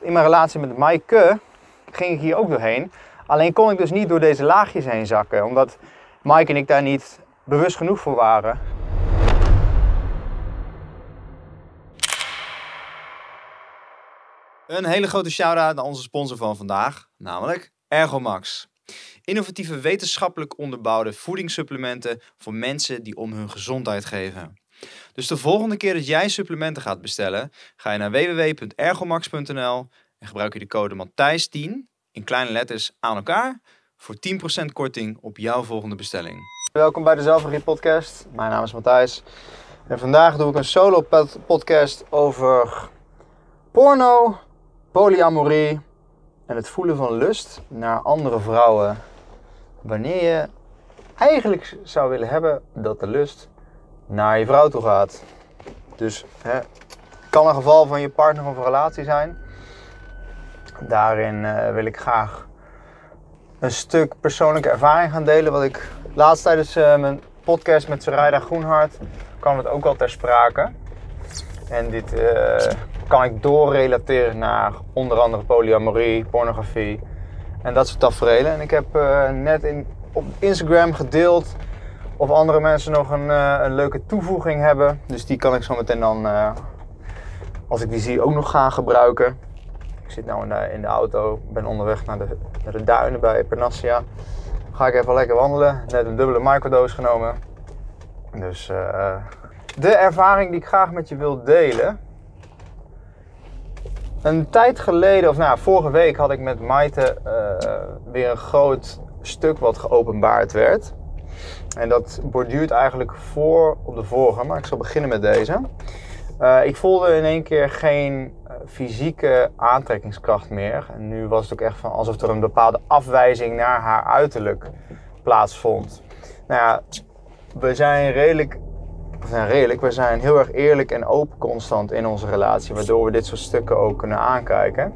in mijn relatie met Maaike ging ik hier ook doorheen. Alleen kon ik dus niet door deze laagjes heen zakken, omdat Maaike en ik daar niet bewust genoeg voor waren. Een hele grote shout-out naar onze sponsor van vandaag, namelijk Ergomax. Innovatieve wetenschappelijk onderbouwde voedingssupplementen voor mensen die om hun gezondheid geven. Dus de volgende keer dat jij supplementen gaat bestellen, ga je naar www.ergomax.nl en gebruik je de code Matthijs10 in kleine letters aan elkaar voor 10% korting op jouw volgende bestelling. Welkom bij de Zelfregie podcast. Mijn naam is Matthijs en vandaag doe ik een solo podcast over porno, polyamorie en het voelen van lust naar andere vrouwen. Wanneer je eigenlijk zou willen hebben dat de lust naar je vrouw toe gaat. Dus het kan een geval van je partner of een relatie zijn. Daarin wil ik graag een stuk persoonlijke ervaring gaan delen. Wat ik laatst tijdens mijn podcast met Sarayda Groenhart kwam het ook al ter sprake. En dit kan ik doorrelateren naar onder andere polyamorie, pornografie en dat soort taferelen. En ik heb net op Instagram gedeeld of andere mensen nog een leuke toevoeging hebben. Dus die kan ik zo meteen dan, als ik die zie, ook nog gaan gebruiken. Ik zit nu in de auto, ben onderweg naar de duinen bij Pernassia. Ga ik even lekker wandelen. Net een dubbele microdoos genomen. Dus de ervaring die ik graag met je wil delen. Een tijd geleden, of vorige week had ik met Maite weer een groot stuk wat geopenbaard werd. En dat borduurt eigenlijk voor op de vorige, maar ik zal beginnen met deze. Ik voelde in één keer geen fysieke aantrekkingskracht meer. En nu was het ook echt van alsof er een bepaalde afwijzing naar haar uiterlijk plaatsvond. Nou ja, we zijn we zijn heel erg eerlijk en open constant in onze relatie, waardoor we dit soort stukken ook kunnen aankijken.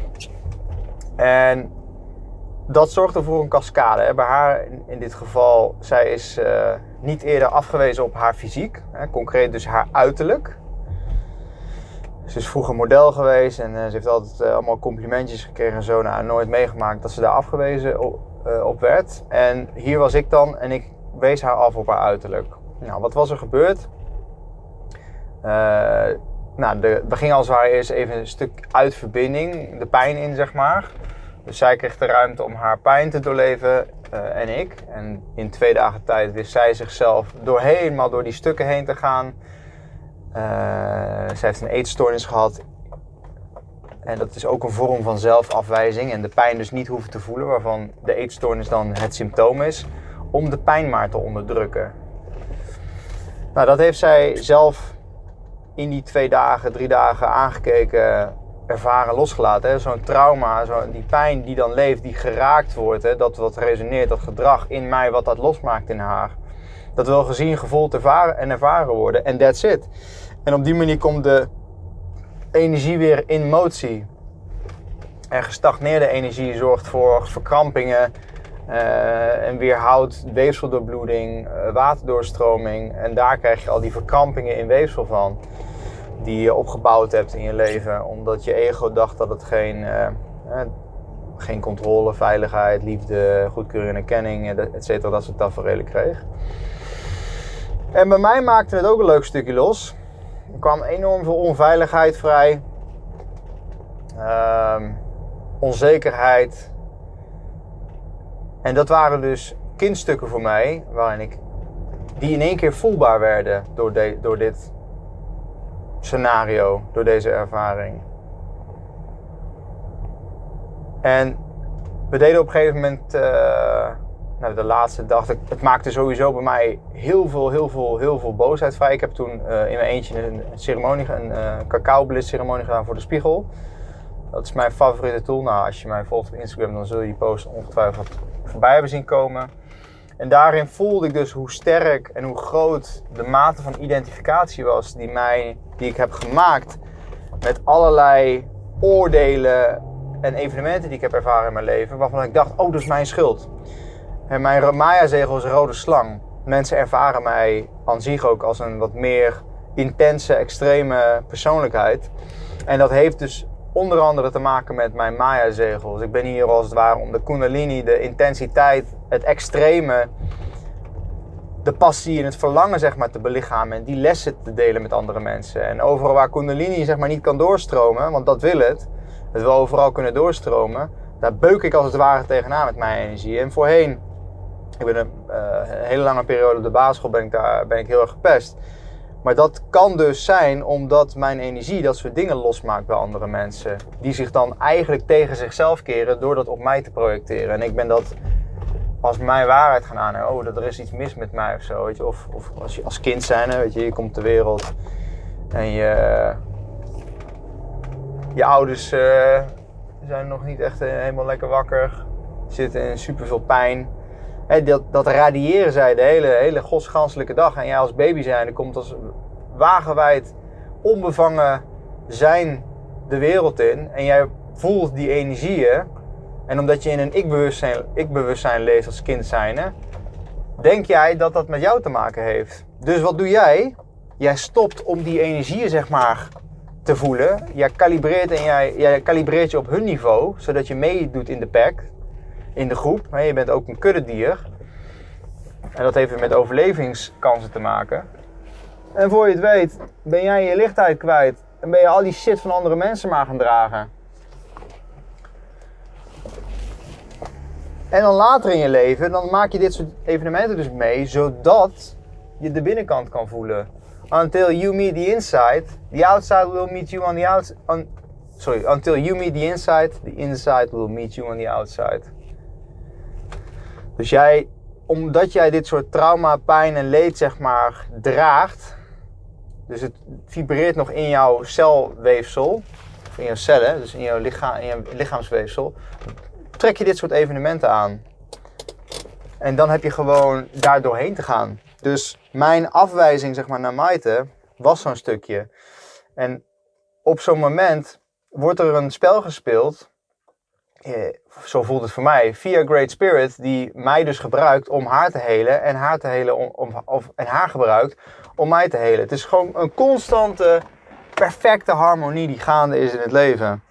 En dat zorgde voor een cascade. Bij haar in dit geval, zij is niet eerder afgewezen op haar fysiek, concreet dus haar uiterlijk. Ze is vroeger model geweest en ze heeft altijd allemaal complimentjes gekregen en zo. Nou, nooit meegemaakt dat ze daar afgewezen op werd. En hier was ik dan en ik wees haar af op haar uiterlijk. Nou, wat was er gebeurd? We gingen als het ware eerst even een stuk uit verbinding, de pijn in, zeg maar. Dus zij kreeg de ruimte om haar pijn te doorleven en ik. En in 2 dagen tijd wist zij zichzelf helemaal door die stukken heen te gaan. Zij heeft een eetstoornis gehad. En dat is ook een vorm van zelfafwijzing. En de pijn dus niet hoeven te voelen, waarvan de eetstoornis dan het symptoom is. Om de pijn maar te onderdrukken. Nou, dat heeft zij zelf in die 2 dagen, 3 dagen aangekeken, ervaren, losgelaten. Hè? Zo'n trauma, die pijn die dan leeft, die geraakt wordt. Hè? Dat wat resoneert, dat gedrag in mij, wat dat losmaakt in haar. Dat wil gezien, gevoeld en ervaren worden. En that's it. En op die manier komt de energie weer in motie. En gestagneerde energie zorgt voor verkrampingen. En weerhoudt weefseldoorbloeding, waterdoorstroming. En daar krijg je al die verkrampingen in weefsel van. Die je opgebouwd hebt in je leven. Omdat je ego dacht dat het geen controle, veiligheid, liefde, goedkeuring en erkenning, et cetera, dat soort taferelen kreeg. En bij mij maakte het ook een leuk stukje los. Er kwam enorm veel onveiligheid vrij. Onzekerheid. En dat waren dus kindstukken voor mij, die in één keer voelbaar werden door dit scenario, door deze ervaring. En we deden op een gegeven moment, de laatste dag, het maakte sowieso bij mij heel veel boosheid vrij. Ik heb toen in mijn eentje een cacao-bliss-ceremonie gedaan voor de spiegel. Dat is mijn favoriete tool. Nou, als je mij volgt op Instagram, dan zul je die post ongetwijfeld voorbij hebben zien komen. En daarin voelde ik dus hoe sterk en hoe groot de mate van identificatie was die ik heb gemaakt met allerlei oordelen en evenementen die ik heb ervaren in mijn leven, waarvan ik dacht, dat is mijn schuld. En mijn Maya-zegel is een rode slang. Mensen ervaren mij aan zich ook als een wat meer intense, extreme persoonlijkheid. En dat heeft dus onder andere te maken met mijn Maya-zegels. Ik ben hier als het ware om de kundalini, de intensiteit, het extreme, de passie en het verlangen zeg maar te belichamen en die lessen te delen met andere mensen. En overal waar kundalini zeg maar niet kan doorstromen, want dat wil het wil overal kunnen doorstromen, daar beuk ik als het ware tegenaan met mijn energie. En voorheen, ik ben een hele lange periode op de basisschool ben ik heel erg gepest. Maar dat kan dus zijn omdat mijn energie dat soort dingen losmaakt bij andere mensen. Die zich dan eigenlijk tegen zichzelf keren door dat op mij te projecteren. En ik ben dat als mijn waarheid gaan aannemen. Oh, dat er is iets mis met mij of zo. Weet je? Of als je als kind zijn, weet je komt ter wereld. En je ouders zijn nog niet echt helemaal lekker wakker. Zitten in superveel pijn. Dat radiëren zij de hele godsganselijke dag. En jij als baby zijnde komt als wagenwijd onbevangen zijn de wereld in. En jij voelt die energieën. En omdat je in een ik-bewustzijn leeft als kind zijnde, denk jij dat dat met jou te maken heeft. Dus wat doe jij? Jij stopt om die energieën zeg maar te voelen. Jij kalibreert je op hun niveau, zodat je meedoet in de pack. In de groep. Je bent ook een kuddedier. En dat heeft weer met overlevingskansen te maken. En voor je het weet, ben jij je lichtheid kwijt. En ben je al die shit van andere mensen maar gaan dragen. En dan later in je leven, dan maak je dit soort evenementen dus mee, zodat je de binnenkant kan voelen. Until you meet the inside, the outside will meet you on the outside. Until you meet the inside will meet you on the outside. Dus omdat jij dit soort trauma, pijn en leed zeg maar draagt, dus het vibreert nog in jouw celweefsel, of in jouw cellen, dus in jouw lichaamsweefsel, trek je dit soort evenementen aan. En dan heb je gewoon daar doorheen te gaan. Dus mijn afwijzing zeg maar naar Maite was zo'n stukje. En op zo'n moment wordt er een spel gespeeld, zo voelt het voor mij, via Great Spirit, die mij dus gebruikt om haar te helen en haar te helen en haar gebruikt om mij te helen. Het is gewoon een constante, perfecte harmonie die gaande is in het leven.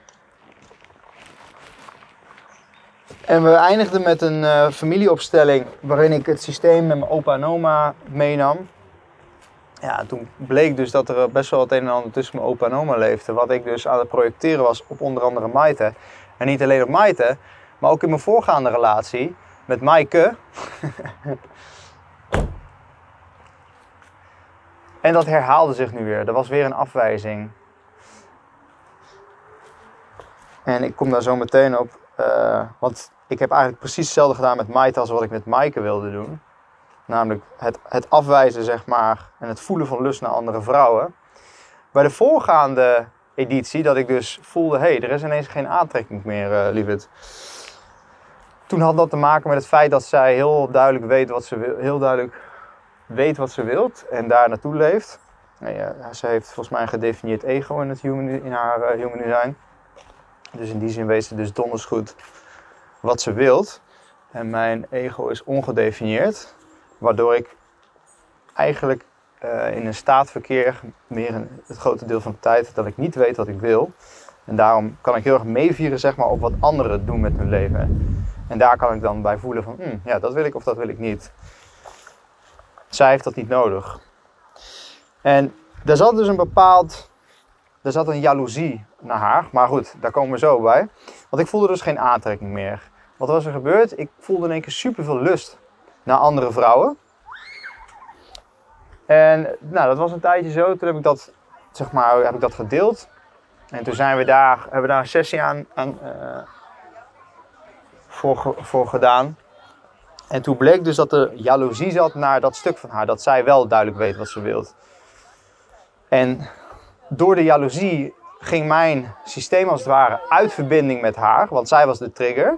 En we eindigden met een familieopstelling waarin ik het systeem met mijn opa en oma meenam. Ja, toen bleek dus dat er best wel het een en ander tussen mijn opa en oma leefde. Wat ik dus aan het projecteren was op onder andere Maite. En niet alleen op Maite, maar ook in mijn voorgaande relatie met Maaike. En dat herhaalde zich nu weer. Er was weer een afwijzing. En ik kom daar zo meteen op. Want ik heb eigenlijk precies hetzelfde gedaan met Maite als wat ik met Maaike wilde doen. Namelijk het afwijzen zeg maar en het voelen van lust naar andere vrouwen. Bij de voorgaande editie dat ik dus voelde, er is ineens geen aantrekking meer, lieverd. Toen had dat te maken met het feit dat zij heel duidelijk weet wat ze wilt en daar naartoe leeft. Ze heeft volgens mij een gedefinieerd ego in haar human design. Dus in die zin weet ze dus donders goed wat ze wilt. En mijn ego is ongedefinieerd. Waardoor ik eigenlijk in een staat verkeer, het grote deel van de tijd, dat ik niet weet wat ik wil. En daarom kan ik heel erg meevieren zeg maar, op wat anderen doen met hun leven. En daar kan ik dan bij voelen van, dat wil ik of dat wil ik niet. Zij heeft dat niet nodig. En er zat dus een jaloezie naar haar. Maar goed, daar komen we zo bij. Want ik voelde dus geen aantrekking meer. Wat was er gebeurd? Ik voelde in één keer superveel lust naar andere vrouwen. En dat was een tijdje zo. Toen heb ik dat gedeeld. En toen hebben we daar een sessie voor gedaan. En toen bleek dus dat er jaloezie zat naar dat stuk van haar. Dat zij wel duidelijk weet wat ze wil. En door de jaloezie ging mijn systeem als het ware uit verbinding met haar. Want zij was de trigger.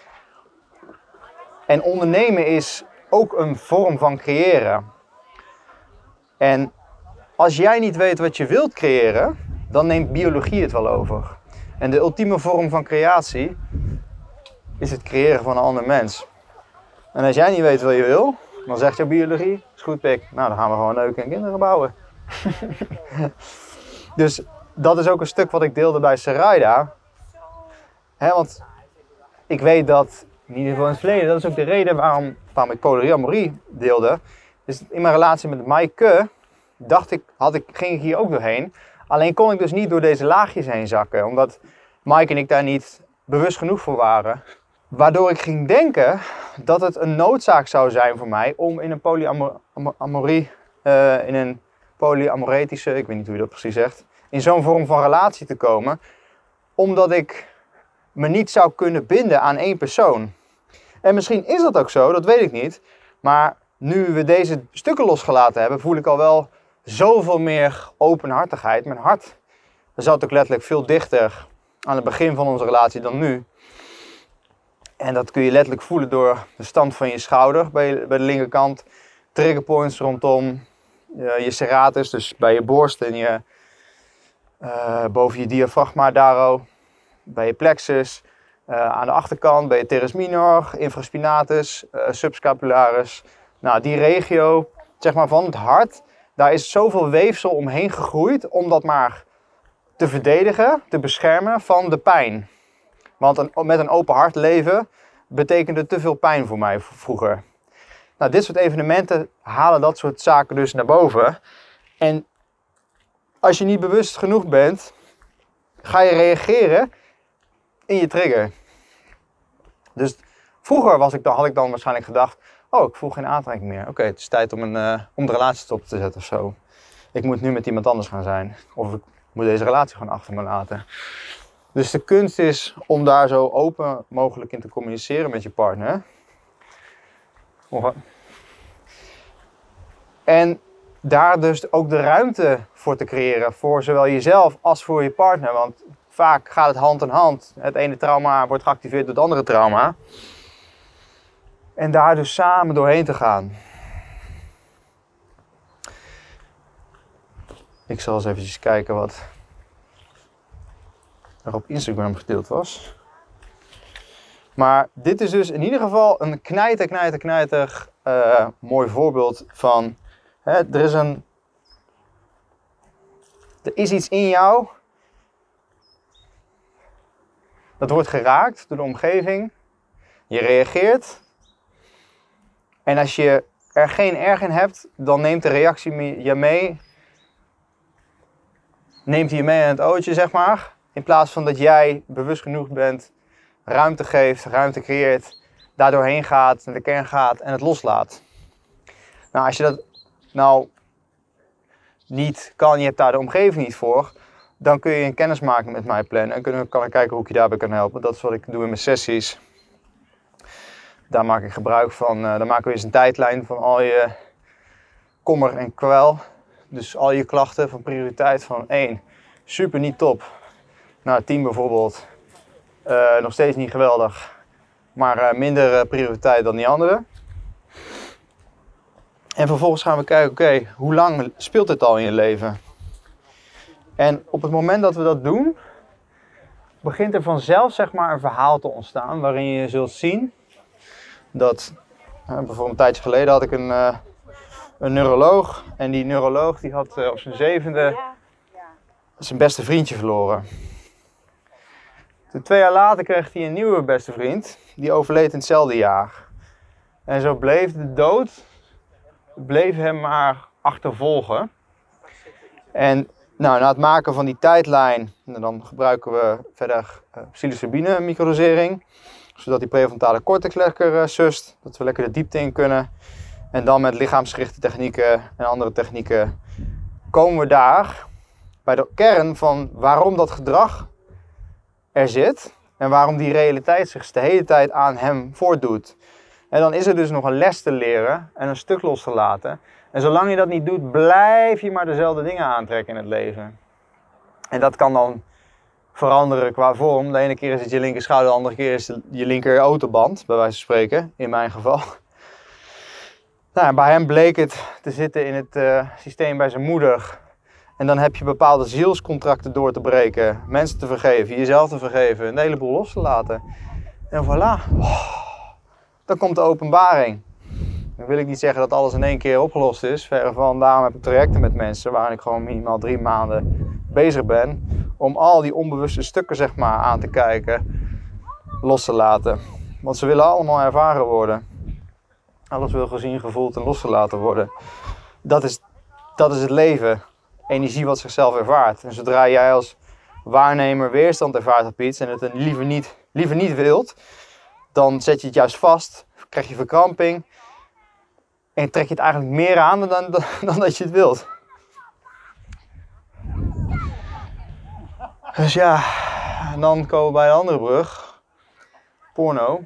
En ondernemen is ook een vorm van creëren. En als jij niet weet wat je wilt creëren, dan neemt biologie het wel over. En de ultieme vorm van creatie is het creëren van een ander mens. En als jij niet weet wat je wil, dan zegt jouw biologie, is goed pik. Nou, dan gaan we gewoon neuken en kinderen bouwen. Dus dat is ook een stuk wat ik deelde bij Sarayda. Want ik weet dat, in ieder geval in het verleden, dat is ook de reden waarom ik polyamorie deelde. Dus in mijn relatie met Maaike ging ik hier ook doorheen. Alleen kon ik dus niet door deze laagjes heen zakken. Omdat Maaike en ik daar niet bewust genoeg voor waren. Waardoor ik ging denken dat het een noodzaak zou zijn voor mij om in een polyamorie, in een polyamoretische, ik weet niet hoe je dat precies zegt, in zo'n vorm van relatie te komen. Omdat ik me niet zou kunnen binden aan één persoon. En misschien is dat ook zo, dat weet ik niet. Maar nu we deze stukken losgelaten hebben, voel ik al wel zoveel meer openhartigheid. Mijn hart zat ook letterlijk veel dichter aan het begin van onze relatie dan nu. En dat kun je letterlijk voelen door de stand van je schouder bij de linkerkant. Triggerpoints rondom je serratus, dus bij je borst en boven je diafragma daar. Bij je plexus, aan de achterkant bij je teres minor, infraspinatus, subscapularis. Nou, die regio, zeg maar van het hart, daar is zoveel weefsel omheen gegroeid om dat maar te verdedigen, te beschermen van de pijn. Want met een open hart leven betekende te veel pijn voor mij vroeger. Nou, dit soort evenementen halen dat soort zaken dus naar boven. En als je niet bewust genoeg bent, ga je reageren in je trigger. Dus vroeger had ik dan waarschijnlijk gedacht, oh, ik voel geen aantrekking meer. Oké, het is tijd om de relatie stop te zetten of zo. Ik moet nu met iemand anders gaan zijn. Of ik moet deze relatie gewoon achter me laten. Dus de kunst is om daar zo open mogelijk in te communiceren met je partner. En daar dus ook de ruimte voor te creëren. Voor zowel jezelf als voor je partner. Want vaak gaat het hand in hand. Het ene trauma wordt geactiveerd door het andere trauma. En daar dus samen doorheen te gaan. Ik zal eens even kijken wat er op Instagram gedeeld was. Maar dit is dus in ieder geval een knijter mooi voorbeeld van... er is iets in jou. Dat wordt geraakt door de omgeving. Je reageert. En als je er geen erg in hebt, dan neemt de reactie je mee. Neemt hij je mee aan het ootje, zeg maar. In plaats van dat jij bewust genoeg bent, ruimte geeft, ruimte creëert, daar doorheen gaat, naar de kern gaat en het loslaat. Nou, als je dat nou niet kan, je hebt daar de omgeving niet voor, dan kun je een kennismaking met mij plannen en kan ik kijken hoe ik je daarbij kan helpen. Dat is wat ik doe in mijn sessies. Daar maak ik gebruik van, dan maken we eens een tijdlijn van al je kommer en kwel. Dus al je klachten van prioriteit van 1, super niet top. Nou, 10 bijvoorbeeld, nog steeds niet geweldig, maar minder prioriteit dan die andere. En vervolgens gaan we kijken, oké, hoe lang speelt dit al in je leven? En op het moment dat we dat doen, begint er vanzelf zeg maar een verhaal te ontstaan waarin je zult zien dat, bijvoorbeeld een tijdje geleden had ik een neuroloog. En die neuroloog die had op zijn 7e zijn beste vriendje verloren. Toen 2 jaar later kreeg hij een nieuwe beste vriend. Die overleed in hetzelfde jaar. En zo bleef de dood hem maar achtervolgen. En nou, na het maken van die tijdlijn, dan gebruiken we verder psilocybine microdosering. Zodat die prefrontale cortex lekker sust. Dat we lekker de diepte in kunnen. En dan met lichaamsgerichte technieken en andere technieken komen we daar bij de kern van waarom dat gedrag er zit. En waarom die realiteit zich de hele tijd aan hem voortdoet. En dan is er dus nog een les te leren en een stuk los te laten. En zolang je dat niet doet, blijf je maar dezelfde dingen aantrekken in het leven. En dat kan dan veranderen qua vorm. De ene keer is het je linker schouder, de andere keer is het je linker autoband, bij wijze van spreken, in mijn geval. Nou, bij hem bleek het te zitten in het systeem bij zijn moeder. En dan heb je bepaalde zielscontracten door te breken, mensen te vergeven, jezelf te vergeven, een heleboel los te laten. En voilà, dan komt de openbaring. Dan wil ik niet zeggen dat alles in één keer opgelost is, verre van. Daarom heb ik trajecten met mensen waarin ik gewoon minimaal 3 maanden bezig ben om al die onbewuste stukken zeg maar aan te kijken, los te laten. Want ze willen allemaal ervaren worden. Alles wil gezien, gevoeld en losgelaten worden. Dat is het leven. Energie wat zichzelf ervaart. En zodra jij als waarnemer weerstand ervaart op iets en het liever niet wilt, dan zet je het juist vast, krijg je verkramping en trek je het eigenlijk meer aan dan dat je het wilt. Dus ja, en dan komen we bij de andere brug. Porno.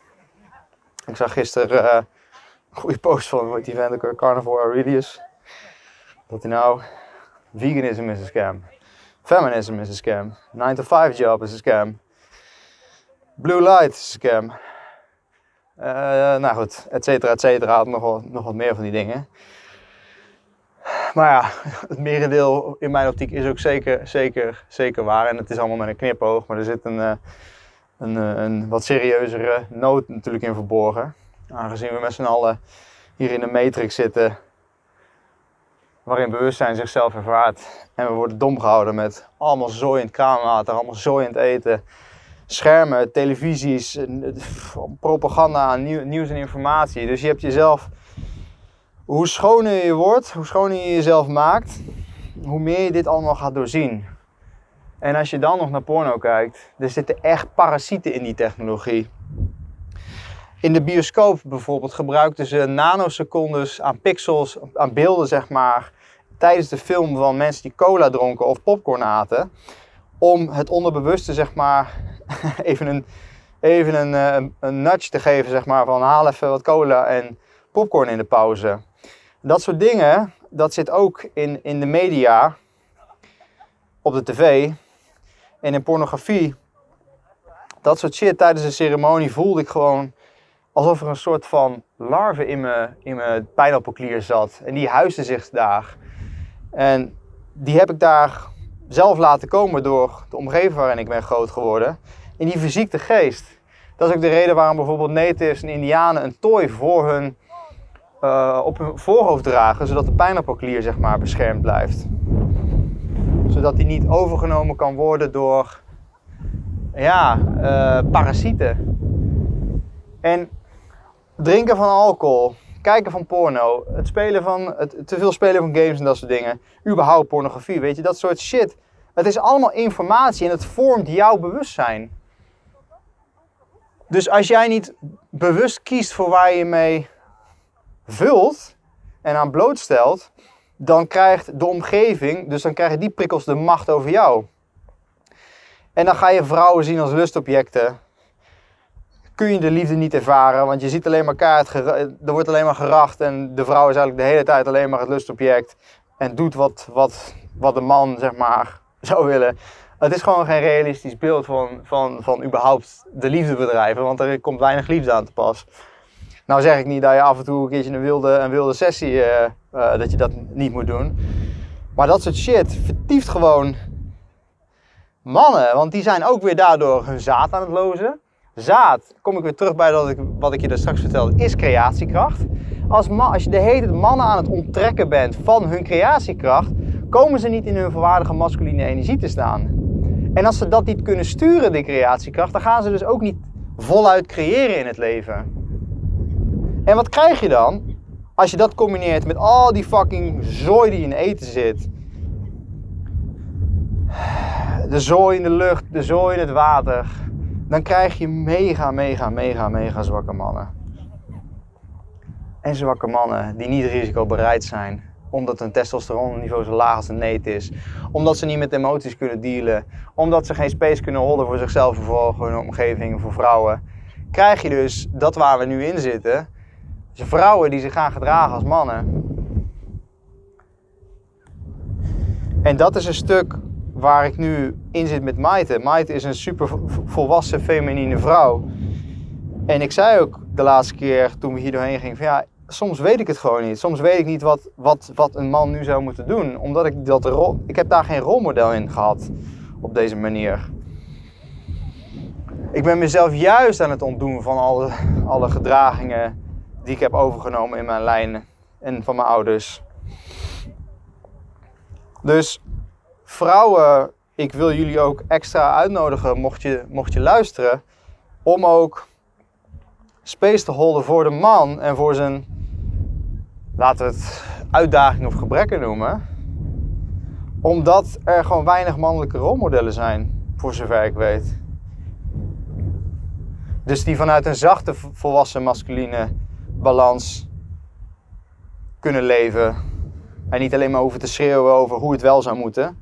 Ik zag gisteren een goede post van die vent, Carnivore Aurelius. Dat hij nou, veganism is een scam. Feminism is een scam. 9-to-5 job is een scam. Blue light is een scam. Nou goed, et cetera, nog wat meer van die dingen. Maar ja, het merendeel in mijn optiek is ook zeker waar. En het is allemaal met een knipoog, maar er zit een wat serieuzere noot natuurlijk in verborgen. Aangezien we met z'n allen hier in de matrix zitten, waarin bewustzijn zichzelf ervaart. En we worden dom gehouden met allemaal zooiend kraanwater, allemaal zooiend eten. Schermen, televisies, propaganda, nieuws en informatie. Dus je hebt jezelf, hoe schoner je wordt, hoe schoner je jezelf maakt, hoe meer je dit allemaal gaat doorzien. En als je dan nog naar porno kijkt, er zitten echt parasieten in die technologie. In de bioscoop bijvoorbeeld gebruikten ze nanosecondes aan pixels, aan beelden zeg maar, tijdens de film van mensen die cola dronken of popcorn aten, om het onderbewuste zeg maar even een nudge te geven zeg maar, van haal even wat cola en popcorn in de pauze. Dat soort dingen, dat zit ook in de media, op de tv en in pornografie. Dat soort shit tijdens de ceremonie voelde ik gewoon alsof er een soort van larve in mijn pijnappelklier zat. En die huisde zich daar. En die heb ik daar zelf laten komen door de omgeving waarin ik ben groot geworden. In die verziekte geest. Dat is ook de reden waarom bijvoorbeeld natives en indianen een tooi voor op hun voorhoofd dragen. Zodat de pijnappelklier zeg maar beschermd blijft. Zodat die niet overgenomen kan worden door parasieten. En drinken van alcohol, kijken van porno, te veel spelen van games en dat soort dingen. Überhaupt pornografie, weet je, dat soort shit. Het is allemaal informatie en het vormt jouw bewustzijn. Dus als jij niet bewust kiest voor waar je mee vult en aan blootstelt, dan krijgt de omgeving, dus dan krijgen die prikkels de macht over jou. En dan ga je vrouwen zien als lustobjecten. Kun je de liefde niet ervaren, want je ziet alleen maar er wordt alleen maar geracht en de vrouw is eigenlijk de hele tijd alleen maar het lustobject en doet wat de man zeg maar zou willen. Het is gewoon geen realistisch beeld van überhaupt de liefde bedrijven, want er komt weinig liefde aan te pas. Nou zeg ik niet dat je af en toe een keertje een wilde sessie, dat je dat niet moet doen. Maar dat soort shit vertieft gewoon mannen, want die zijn ook weer daardoor hun zaad aan het lozen. Zaad, kom ik weer terug bij wat ik je daar straks vertelde, is creatiekracht. Als je de hele tijd mannen aan het onttrekken bent van hun creatiekracht, komen ze niet in hun volwaardige masculine energie te staan. En als ze dat niet kunnen sturen, die creatiekracht, dan gaan ze dus ook niet voluit creëren in het leven. En wat krijg je dan? Als je dat combineert met al die fucking zooi die in eten zit. De zooi in de lucht, de zooi in het water. Dan krijg je mega zwakke mannen. En zwakke mannen die niet risicobereid zijn. Omdat hun testosteronniveau zo laag als een neet is. Omdat ze niet met emoties kunnen dealen. Omdat ze geen space kunnen holden voor zichzelf en voor hun omgeving, voor vrouwen. Krijg je dus dat waar we nu in zitten. Dus vrouwen die zich gaan gedragen als mannen. En dat is een stuk waar ik nu in zit met Maite. Maite is een super volwassen feminine vrouw. En ik zei ook de laatste keer toen we hier doorheen gingen van ja, soms weet ik het gewoon niet. Soms weet ik niet wat een man nu zou moeten doen. Omdat ik heb daar geen rolmodel in gehad op deze manier. Ik ben mezelf juist aan het ontdoen van alle gedragingen die ik heb overgenomen in mijn lijn en van mijn ouders. Dus vrouwen, ik wil jullie ook extra uitnodigen, mocht je luisteren, om ook space te holden voor de man en voor zijn, laten we het uitdaging of gebrekken noemen. Omdat er gewoon weinig mannelijke rolmodellen zijn, voor zover ik weet. Dus die vanuit een zachte, volwassen, masculine balans kunnen leven. En niet alleen maar hoeven te schreeuwen over hoe het wel zou moeten.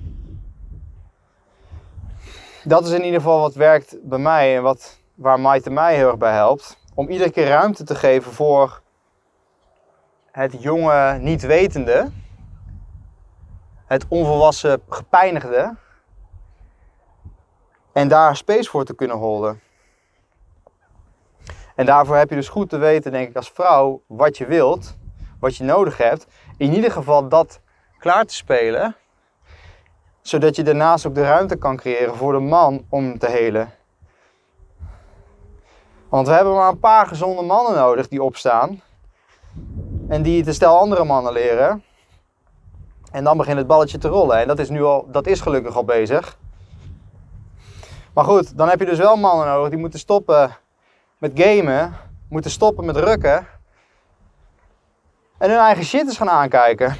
Dat is in ieder geval wat werkt bij mij en waar Maite mij heel erg bij helpt. Om iedere keer ruimte te geven voor het jonge niet-wetende. Het onvolwassen gepijnigde. En daar space voor te kunnen holden. En daarvoor heb je dus goed te weten, denk ik, als vrouw, wat je wilt. Wat je nodig hebt. In ieder geval dat klaar te spelen. Zodat je daarnaast ook de ruimte kan creëren voor de man om te helen. Want we hebben maar een paar gezonde mannen nodig die opstaan. En die het een stel andere mannen leren. En dan begint het balletje te rollen. En dat is gelukkig al bezig. Maar goed, dan heb je dus wel mannen nodig die moeten stoppen met gamen. Moeten stoppen met rukken. En hun eigen shit eens gaan aankijken.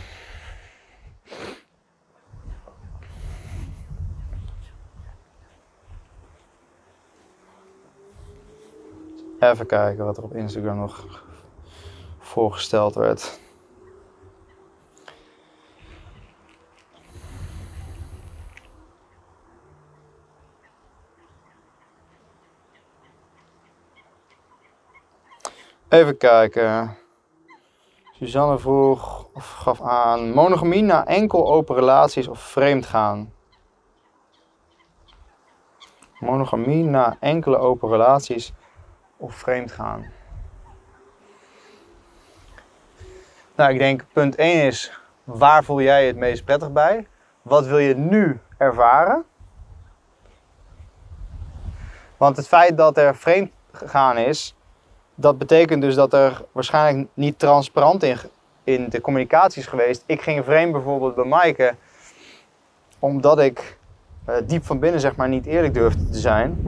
Even kijken wat er op Instagram nog voorgesteld werd. Even kijken. Suzanne vroeg of gaf aan monogamie na enkel open relaties of vreemdgaan. Monogamie na enkele open relaties of vreemdgaan. Nou, ik denk punt 1 is, waar voel jij je het meest prettig bij? Wat wil je nu ervaren? Want het feit dat er vreemdgaan is, dat betekent dus dat er waarschijnlijk niet transparant in de communicatie is geweest. Ik ging vreemd bijvoorbeeld bij Maaike, omdat ik diep van binnen zeg maar niet eerlijk durfde te zijn.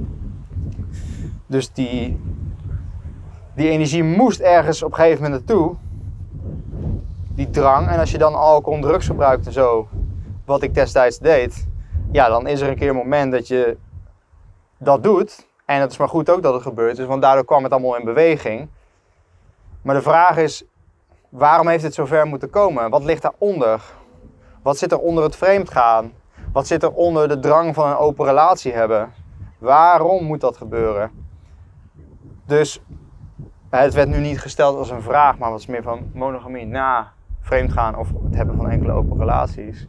Dus die energie moest ergens op een gegeven moment naartoe. Die drang. En als je dan alcohol en drugs gebruikt en zo, wat ik destijds deed, ja, dan is er een keer een moment dat je dat doet. En het is maar goed ook dat het gebeurd is, want daardoor kwam het allemaal in beweging. Maar de vraag is, waarom heeft het zover moeten komen? Wat ligt daaronder? Wat zit er onder het vreemdgaan? Wat zit er onder de drang van een open relatie hebben? Waarom moet dat gebeuren? Dus het werd nu niet gesteld als een vraag, maar wat is meer van monogamie na vreemdgaan of het hebben van enkele open relaties.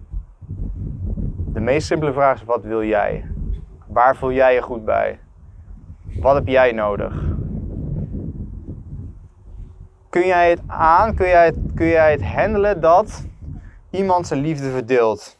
De meest simpele vraag is, wat wil jij? Waar voel jij je goed bij? Wat heb jij nodig? Kun jij het aan? Kun jij het handelen dat iemand zijn liefde verdeelt?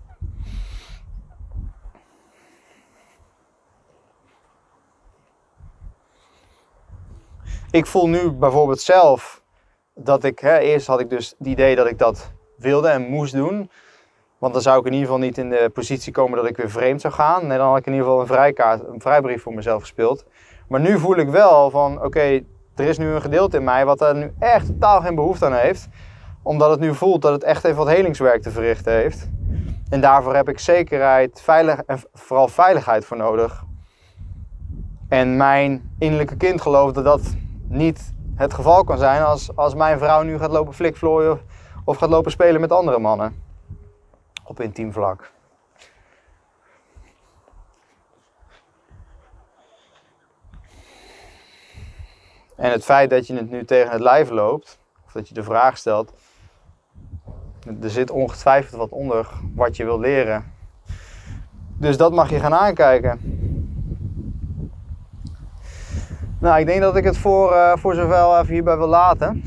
Ik voel nu bijvoorbeeld zelf dat eerst had ik dus het idee dat ik dat wilde en moest doen. Want dan zou ik in ieder geval niet in de positie komen dat ik weer vreemd zou gaan. Nee, dan had ik in ieder geval een vrijbrief voor mezelf gespeeld. Maar nu voel ik wel van, oké, er is nu een gedeelte in mij wat er nu echt totaal geen behoefte aan heeft. Omdat het nu voelt dat het echt even wat helingswerk te verrichten heeft. En daarvoor heb ik zekerheid, en vooral veiligheid voor nodig. En mijn innerlijke kind gelooft dat dat niet het geval kan zijn als mijn vrouw nu gaat lopen flikvlooien of gaat lopen spelen met andere mannen. Op intiem vlak. En het feit dat je het nu tegen het lijf loopt, of dat je de vraag stelt, er zit ongetwijfeld wat onder wat je wil leren. Dus dat mag je gaan aankijken. Nou, ik denk dat ik het voor zover even hierbij wil laten.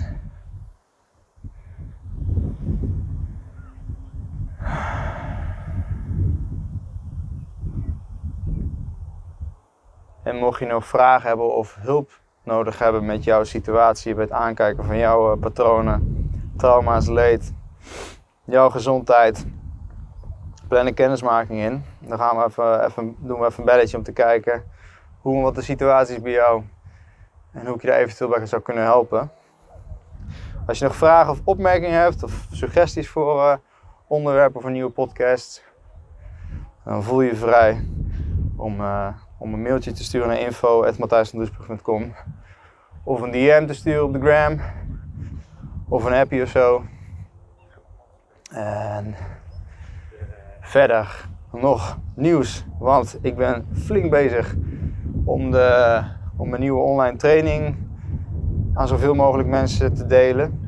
En mocht je nog vragen hebben of hulp nodig hebben met jouw situatie, bij het aankijken van jouw patronen, trauma's, leed, jouw gezondheid, plan een kennismaking in. Dan gaan we doen we even een belletje om te kijken wat de situatie is bij jou. En hoe ik je daar eventueel bij zou kunnen helpen. Als je nog vragen of opmerkingen hebt of suggesties voor onderwerpen voor nieuwe podcasts, dan voel je vrij om een mailtje te sturen naar info@matthijsvandoesburg.com of een DM te sturen op de gram of een appje of zo. En verder nog nieuws, want ik ben flink bezig om mijn nieuwe online training aan zoveel mogelijk mensen te delen.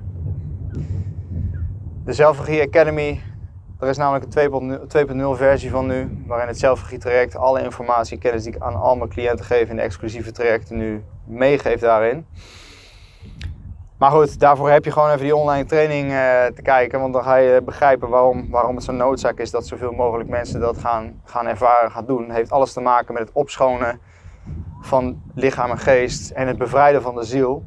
De Zelfregie Academy, er is namelijk een 2.0 versie van nu, waarin het zelfregie traject alle informatie en kennis die ik aan al mijn cliënten geef in de exclusieve trajecten nu meegeef daarin. Maar goed, daarvoor heb je gewoon even die online training te kijken, want dan ga je begrijpen waarom het zo'n noodzaak is dat zoveel mogelijk mensen dat gaan ervaren, gaan doen. Het heeft alles te maken met het opschonen van lichaam en geest en het bevrijden van de ziel.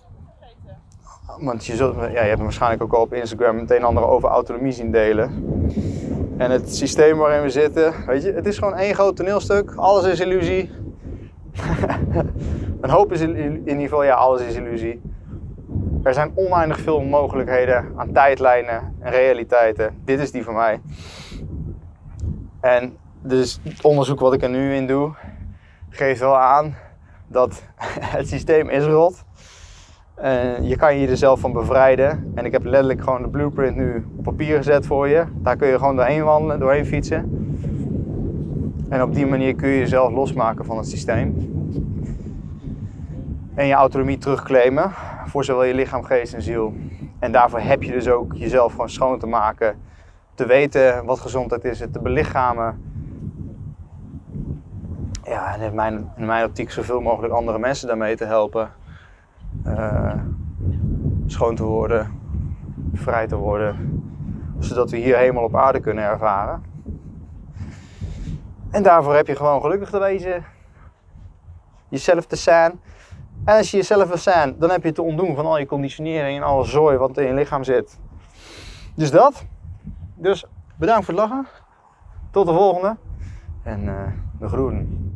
Want je hebt me waarschijnlijk ook al op Instagram het een en ander over autonomie zien delen. En het systeem waarin we zitten, weet je, het is gewoon één groot toneelstuk. Alles is illusie. Een hoop is in ieder geval, ja, alles is illusie. Er zijn oneindig veel mogelijkheden aan tijdlijnen en realiteiten. Dit is die van mij. En dus het onderzoek wat ik er nu in doe, geeft wel aan dat het systeem is rot. Je kan je er zelf van bevrijden. En ik heb letterlijk gewoon de blueprint nu op papier gezet voor je. Daar kun je gewoon doorheen wandelen, doorheen fietsen. En op die manier kun je jezelf losmaken van het systeem. En je autonomie terugclaimen voor zowel je lichaam, geest en ziel. En daarvoor heb je dus ook jezelf gewoon schoon te maken. Te weten wat gezondheid is, het te belichamen. Ja, en in mijn optiek zoveel mogelijk andere mensen daarmee te helpen. Schoon te worden, vrij te worden, zodat we hier helemaal op aarde kunnen ervaren. En daarvoor heb je gewoon gelukkig te wezen, jezelf te zijn. En als je jezelf wil zijn, dan heb je te ontdoen van al je conditionering en alle zooi wat in je lichaam zit. Dus dat. Dus bedankt voor het lachen. Tot de volgende. En de groeten.